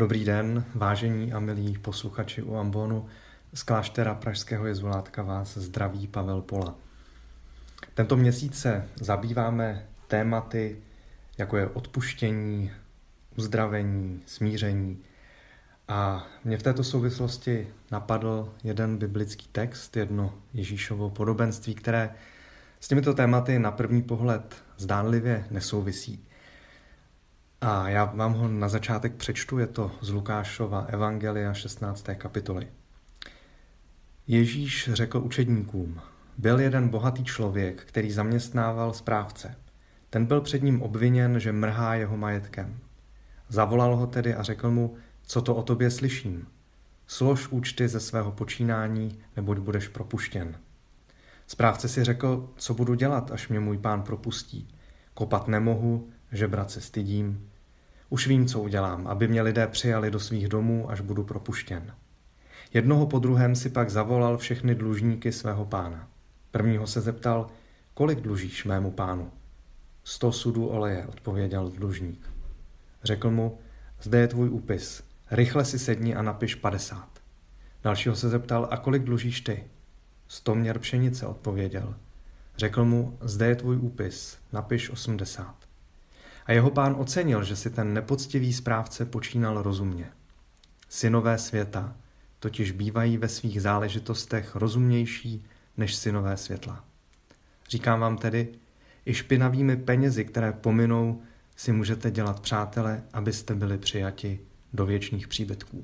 Dobrý den, vážení a milí posluchači u ambonu. Z kláštera pražského jezulátka vás zdraví Pavel Pola. Tento měsíc se zabýváme tématy, jako je odpuštění, uzdravení, smíření. A mě v této souvislosti napadl jeden biblický text, jedno Ježíšovo podobenství, které s těmito tématy na první pohled zdánlivě nesouvisí. A já vám ho na začátek přečtu, je to z Lukášova evangelia 16. kapitoly. Ježíš řekl učedníkům: Byl jeden bohatý člověk, který zaměstnával správce. Ten byl před ním obviněn, že mrhá jeho majetkem. Zavolal ho tedy a řekl mu: Co to o tobě slyším? Slož účty ze svého počínání, neboť budeš propuštěn. Správce si řekl: Co budu dělat, až mě můj pán propustí? Kopat nemohu, žebrat se stydím. Už vím, co udělám, aby mě lidé přijali do svých domů, až budu propuštěn. Jednoho po druhém si pak zavolal všechny dlužníky svého pána. Prvního se zeptal: Kolik dlužíš mému pánu? 100 sudů oleje, odpověděl dlužník. Řekl mu: Zde je tvůj úpis, rychle si sedni a napiš 50. Dalšího se zeptal: A kolik dlužíš ty? 100 měr pšenice, odpověděl. Řekl mu: Zde je tvůj úpis, napiš 80. A jeho pán ocenil, že si ten nepoctivý správce počínal rozumně. Synové světa totiž bývají ve svých záležitostech rozumnější než synové světla. Říkám vám tedy, i špinavými penězi, které pominou, si můžete dělat přátele, abyste byli přijati do věčných příbytků.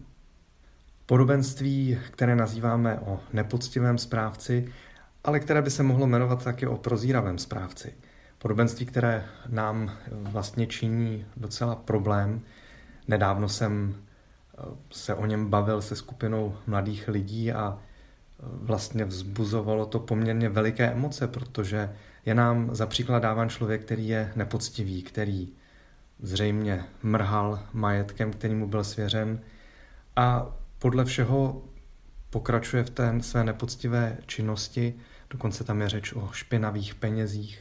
Podobenství, které nazýváme o nepoctivém správci, ale které by se mohlo jmenovat taky o prozíravém správci. Podobenství, které nám vlastně činí docela problém. Nedávno jsem se o něm bavil se skupinou mladých lidí a vlastně vzbuzovalo to poměrně veliké emoce, protože je nám za příklad dáván člověk, který je nepoctivý, který zřejmě mrhal majetkem, který mu byl svěřen a podle všeho pokračuje v té své nepoctivé činnosti, dokonce tam je řeč o špinavých penězích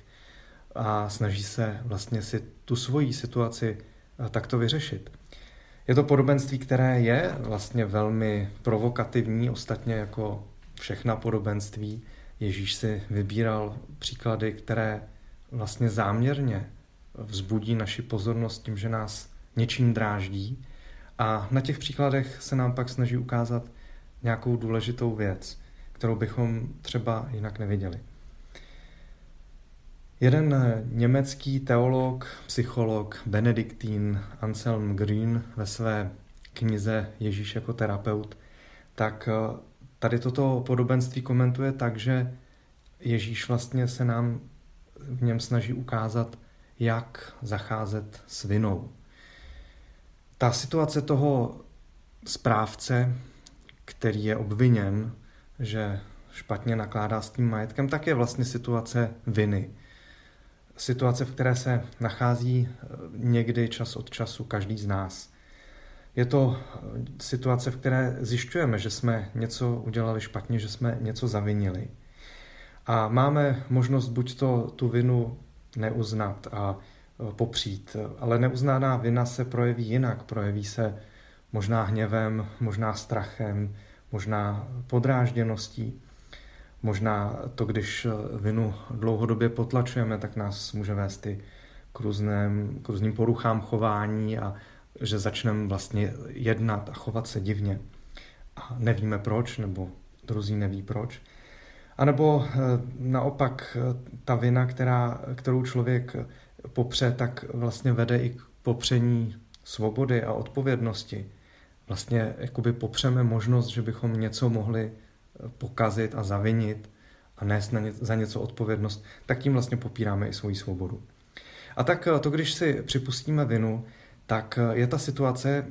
a snaží se vlastně si tu svoji situaci takto vyřešit. Je to podobenství, které je vlastně velmi provokativní, ostatně jako všechna podobenství. Ježíš si vybíral příklady, které vlastně záměrně vzbudí naši pozornost tím, že nás něčím dráždí. A na těch příkladech se nám pak snaží ukázat nějakou důležitou věc, kterou bychom třeba jinak neviděli. Jeden německý teolog, psycholog, benediktín Anselm Grün ve své knize Ježíš jako terapeut, tak tady toto podobenství komentuje tak, že Ježíš vlastně se nám v něm snaží ukázat, jak zacházet s vinou. Ta situace toho správce, který je obviněn, že špatně nakládá s tím majetkem, tak je vlastně situace viny. Situace, v které se nachází někdy čas od času každý z nás. Je to situace, v které zjišťujeme, že jsme něco udělali špatně, že jsme něco zavinili. A máme možnost buď tu vinu neuznat a popřít, ale neuznaná vina se projeví jinak. Projeví se možná hněvem, možná strachem, možná podrážděností. Možná to, když vinu dlouhodobě potlačujeme, tak nás může vést i k různým poruchám chování a že začneme vlastně jednat a chovat se divně. A nevíme proč, nebo druzí neví proč. A nebo naopak ta vina, kterou člověk popře, tak vlastně vede i k popření svobody a odpovědnosti. Vlastně jakoby popřeme možnost, že bychom něco mohli pokazit a zavinit a nést za něco odpovědnost, tak tím vlastně popíráme i svoji svobodu. A tak to, když si připustíme vinu, tak je ta situace,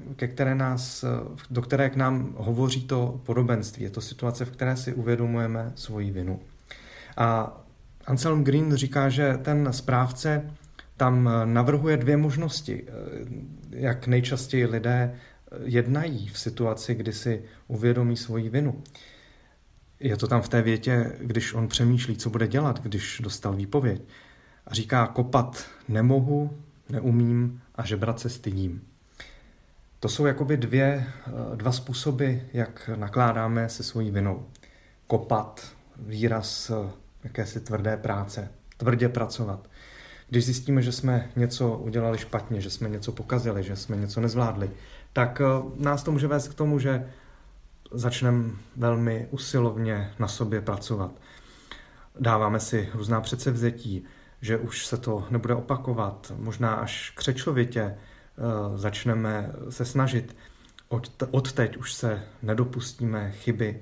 do které k nám hovoří to podobenství. Je to situace, v které si uvědomujeme svoji vinu. A Anselm Green říká, že ten správce tam navrhuje 2 možnosti, jak nejčastěji lidé jednají v situaci, kdy si uvědomí svoji vinu. Je to tam v té větě, když on přemýšlí, co bude dělat, když dostal výpověď. A říká: kopat nemohu, neumím a žebrat se stydím. To jsou jakoby dva způsoby, jak nakládáme se svojí vinou. Kopat, výraz jakési tvrdé práce, tvrdě pracovat. Když zjistíme, že jsme něco udělali špatně, že jsme něco pokazili, že jsme něco nezvládli, tak nás to může vést k tomu, že začneme velmi usilovně na sobě pracovat. Dáváme si různá předsevzetí, že už se to nebude opakovat, možná až křečovitě začneme se snažit. Odteď už se nedopustíme chyby.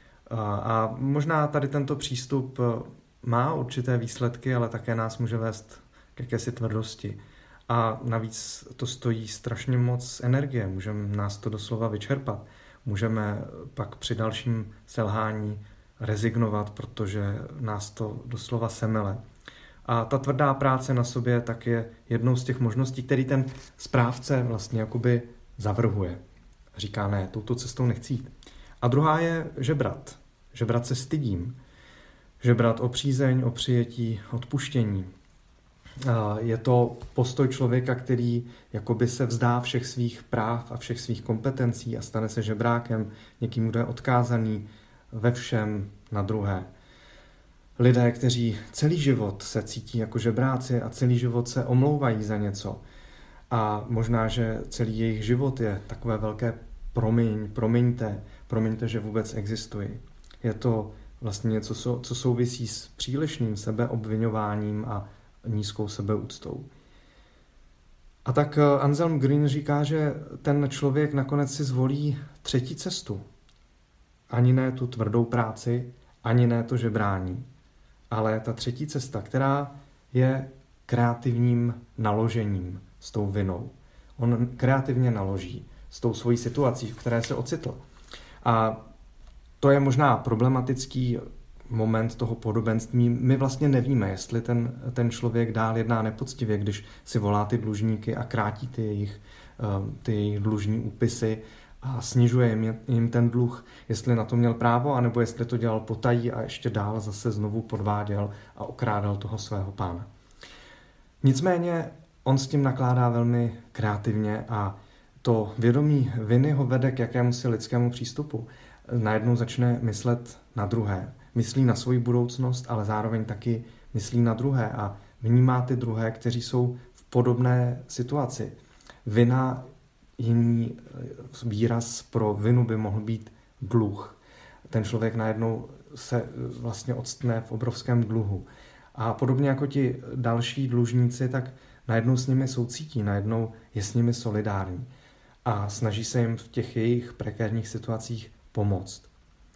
A možná tady tento přístup má určité výsledky, ale také nás může vést k jakési tvrdosti. A navíc to stojí strašně moc energie, můžeme nás to doslova vyčerpat. Můžeme pak při dalším selhání rezignovat, protože nás to doslova semele. A ta tvrdá práce na sobě tak je jednou z těch možností, který ten správce vlastně jakoby zavrhuje. Říká ne, touto cestou nechci jít. A druhá je žebrat. Žebrat se stydím. Žebrat o přízeň, o přijetí, odpuštění. Je to postoj člověka, který jakoby se vzdá všech svých práv a všech svých kompetencí a stane se žebrákem, někým, kdo je odkázaný ve všem na druhé. Lidé, kteří celý život se cítí jako žebráci a celý život se omlouvají za něco. A možná, že celý jejich život je takové velké promiňte, že vůbec existuji. Je to vlastně něco, co souvisí s přílišným sebeobvinováním a nízkou sebeúctou. A tak Anselm Green říká, že ten člověk nakonec si zvolí třetí cestu. Ani ne tu tvrdou práci, ani ne to žebrání, ale ta třetí cesta, která je kreativním naložením s tou vinou. On kreativně naloží s tou svojí situací, v které se ocitl. A to je možná problematický moment toho podobenství. My vlastně nevíme, jestli ten člověk dál jedná nepoctivě, když si volá ty dlužníky a krátí ty jejich dlužní úpisy a snižuje jim ten dluh, jestli na to měl právo, anebo jestli to dělal potají a ještě dál zase znovu podváděl a okrádal toho svého pána. Nicméně on s tím nakládá velmi kreativně a to vědomí viny ho vede k jakémusi lidskému přístupu. Najednou začne myslet na druhé. Myslí na svoji budoucnost, ale zároveň taky myslí na druhé a vnímá ty druhé, kteří jsou v podobné situaci. Vina, jiný výraz pro vinu by mohl být dluh. Ten člověk najednou se vlastně odstne v obrovském dluhu. A podobně jako ti další dlužníci, tak najednou s nimi soucítí, najednou je s nimi solidární a snaží se jim v těch jejich prekérních situacích pomoct.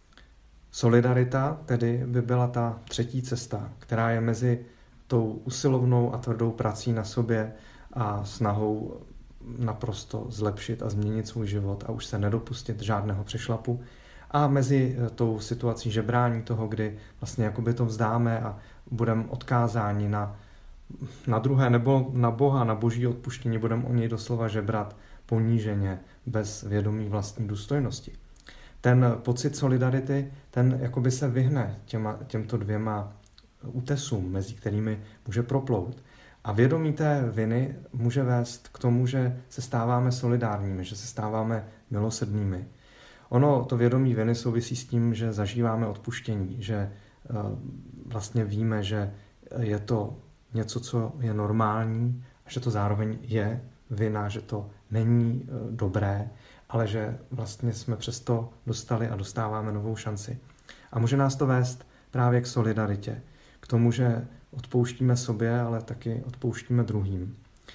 Solidarita tedy by byla ta třetí cesta, která je mezi tou usilovnou a tvrdou prací na sobě a snahou naprosto zlepšit a změnit svůj život a už se nedopustit žádného přešlapu a mezi tou situací žebrání toho, kdy vlastně jakoby to vzdáme a budeme odkázáni na druhé nebo na Boha, na boží odpuštění, budeme o něj doslova žebrat poníženě, bez vědomí vlastní důstojnosti. Ten pocit solidarity, ten jakoby se vyhne těmto dvěma útesům, mezi kterými může proplout. A vědomí té viny může vést k tomu, že se stáváme solidárními, že se stáváme milosrdnými. Ono, to vědomí viny souvisí s tím, že zažíváme odpuštění, že vlastně víme, že je to něco, co je normální, a že to zároveň je vina, že to není dobré, ale že vlastně jsme přesto dostali a dostáváme novou šanci. A může nás to vést právě k solidaritě, k tomu, že odpouštíme sobě, ale taky odpouštíme druhým.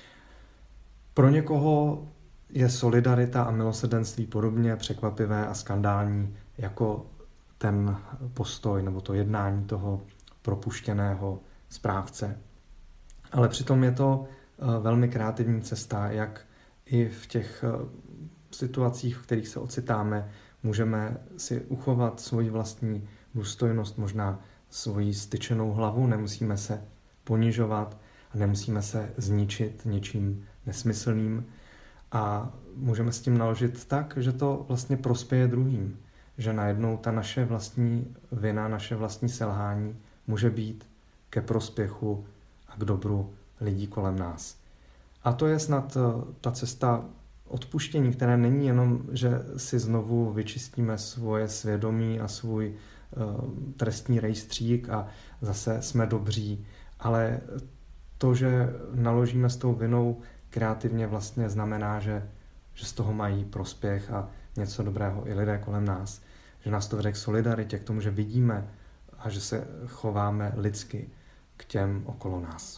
Pro někoho je solidarita a milosrdenství podobně překvapivé a skandální jako ten postoj nebo to jednání toho propuštěného správce. Ale přitom je to velmi kreativní cesta, jak i v těch situacích, v kterých se ocitáme, můžeme si uchovat svoji vlastní důstojnost, možná svoji styčenou hlavu, nemusíme se ponižovat a nemusíme se zničit něčím nesmyslným a můžeme s tím naložit tak, že to vlastně prospěje druhým, že najednou ta naše vlastní vina, naše vlastní selhání může být ke prospěchu a k dobru lidí kolem nás. A to je snad ta cesta, odpuštění, které není jenom, že si znovu vyčistíme svoje svědomí a svůj trestní rejstřík a zase jsme dobří, ale to, že naložíme s tou vinou kreativně, vlastně znamená, že z toho mají prospěch a něco dobrého i lidé kolem nás. Že nás to vede k solidaritě, k tomu, že vidíme a že se chováme lidsky k těm okolo nás.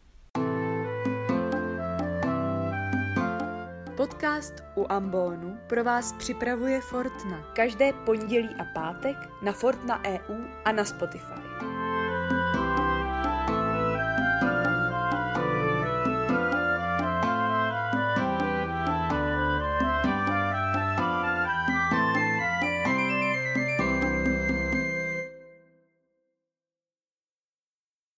Podcast u Ambonu pro vás připravuje Fortna. Každé pondělí a pátek na Fortna EU a na Spotify.